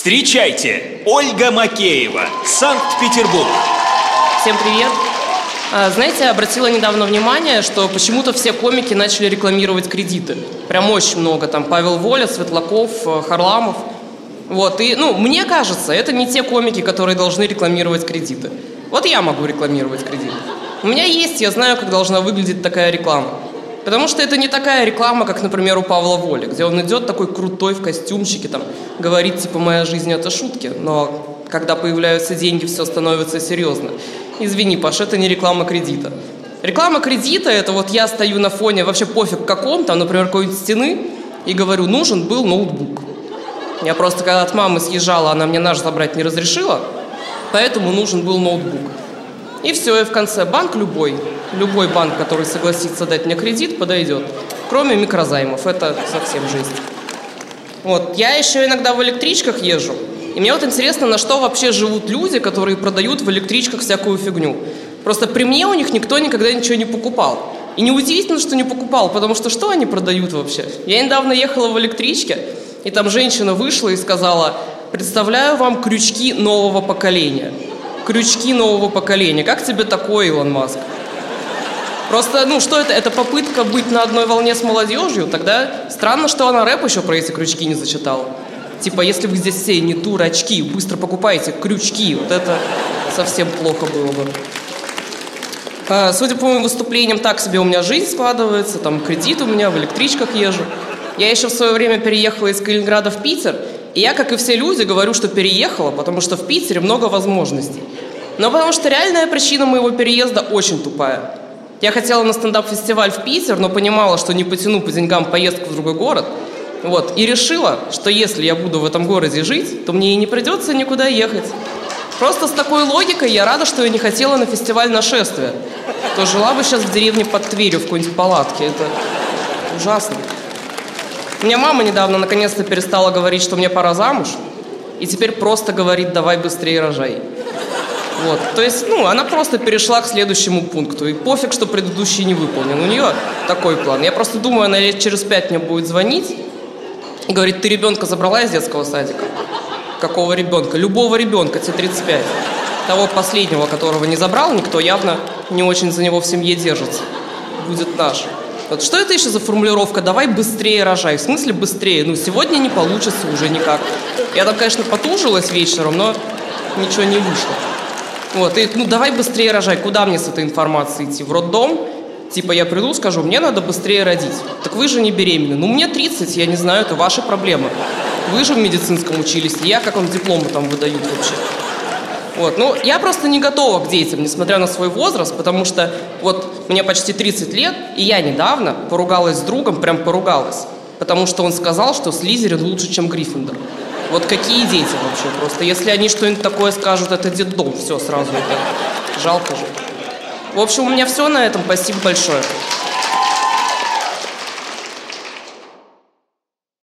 Встречайте, Ольга Макеева, Санкт-Петербург. Всем привет. Знаете, я обратила недавно внимание, что почему-то все комики начали рекламировать кредиты. Прям очень много. Там Павел Воля, Светлаков, Харламов. Вот. И, мне кажется, это не те комики, которые должны рекламировать кредиты. Вот я могу рекламировать кредиты. У меня есть, я знаю, как должна выглядеть такая реклама. Потому что это не такая реклама, как, например, у Павла Воли, где он идет такой крутой в костюмчике, там, говорит, типа, моя жизнь – это шутки, но когда появляются деньги, все становится серьезно. Извини, Паш, это не реклама кредита. Реклама кредита – это вот я стою на фоне, вообще пофиг каком, там, например, какой-нибудь стены, и говорю, нужен был ноутбук. Я просто, когда от мамы съезжала, она мне наш забрать не разрешила, поэтому нужен был ноутбук. И все, и в конце банк любой банк, который согласится дать мне кредит, подойдет. Кроме микрозаймов, это совсем жесть. Вот, я еще иногда в электричках езжу. И мне вот интересно, на что вообще живут люди, которые продают в электричках всякую фигню. Просто при мне у них никто никогда ничего не покупал. И неудивительно, что не покупал, потому что они продают вообще? Я недавно ехала в электричке, и там женщина вышла и сказала, представляю вам крючки нового поколения. Крючки нового поколения. Как тебе такое, Илон Маск? Просто, что это? Это попытка быть на одной волне с молодежью? Тогда странно, что она рэп еще про эти крючки не зачитала. Типа, если вы здесь все не дурачки, быстро покупайте крючки. Вот это совсем плохо было бы. Судя по моим выступлениям, так себе у меня жизнь складывается. Там кредит у меня, в электричках езжу. Я еще в свое время переехала из Калининграда в Питер. И я, как и все люди, говорю, что переехала, потому что в Питере много возможностей. Но потому что реальная причина моего переезда очень тупая. Я хотела на стендап-фестиваль в Питер, но понимала, что не потяну по деньгам поездку в другой город. Вот. И решила, что если я буду в этом городе жить, то мне и не придется никуда ехать. Просто с такой логикой я рада, что я не хотела на фестиваль нашествия. То жила бы сейчас в деревне под Тверью в какой-нибудь палатке. Это ужасно. У меня мама недавно наконец-то перестала говорить, что мне пора замуж. И теперь просто говорит, давай быстрее рожай. Вот. То есть, она просто перешла к следующему пункту. И пофиг, что предыдущий не выполнен. У нее такой план. Я просто думаю, она лет через 5 мне будет звонить и говорит, ты ребенка забрала из детского садика? Какого ребенка? Любого ребенка, тебе 35. Того последнего, которого не забрал никто, явно не очень за него в семье держится. Будет наш. Вот. Что это еще за формулировка? Давай быстрее рожай. В смысле быстрее? Сегодня не получится уже никак. Я там, конечно, потужилась вечером, но ничего не вышло. Вот, и давай быстрее рожай. Куда мне с этой информацией идти? В роддом? Типа я приду, скажу, мне надо быстрее родить. Так вы же не беременны. Мне 30, я не знаю, это ваши проблемы. Вы же в медицинском учились, я как вам дипломы там выдают вообще. Вот, я просто не готова к детям, несмотря на свой возраст, потому что мне почти 30 лет, и я недавно поругалась с другом, прям поругалась, потому что он сказал, что Слизерин лучше, чем Гриффиндор. Вот какие дети вообще просто. Если они что-нибудь такое скажут, это детдом. Все, сразу это жалко же. В общем, у меня все на этом. Спасибо большое.